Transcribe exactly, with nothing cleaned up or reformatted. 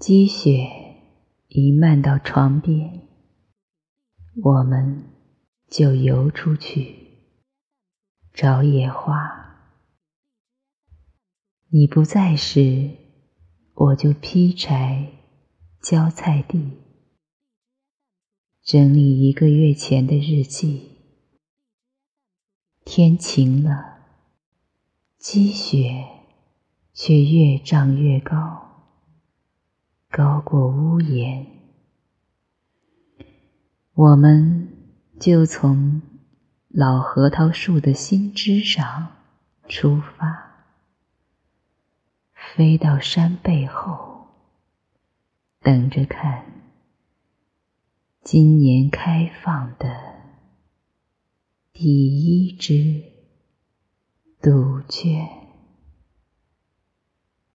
积雪一漫到床边，我们就游出去找野花。你不在时，我就劈柴浇菜地，整理一个月前的日记。天晴了，积雪却越涨越高，高过屋檐。我们就从老核桃树的新枝上出发，飞到山背后，等着看今年开放的第一只杜鹃。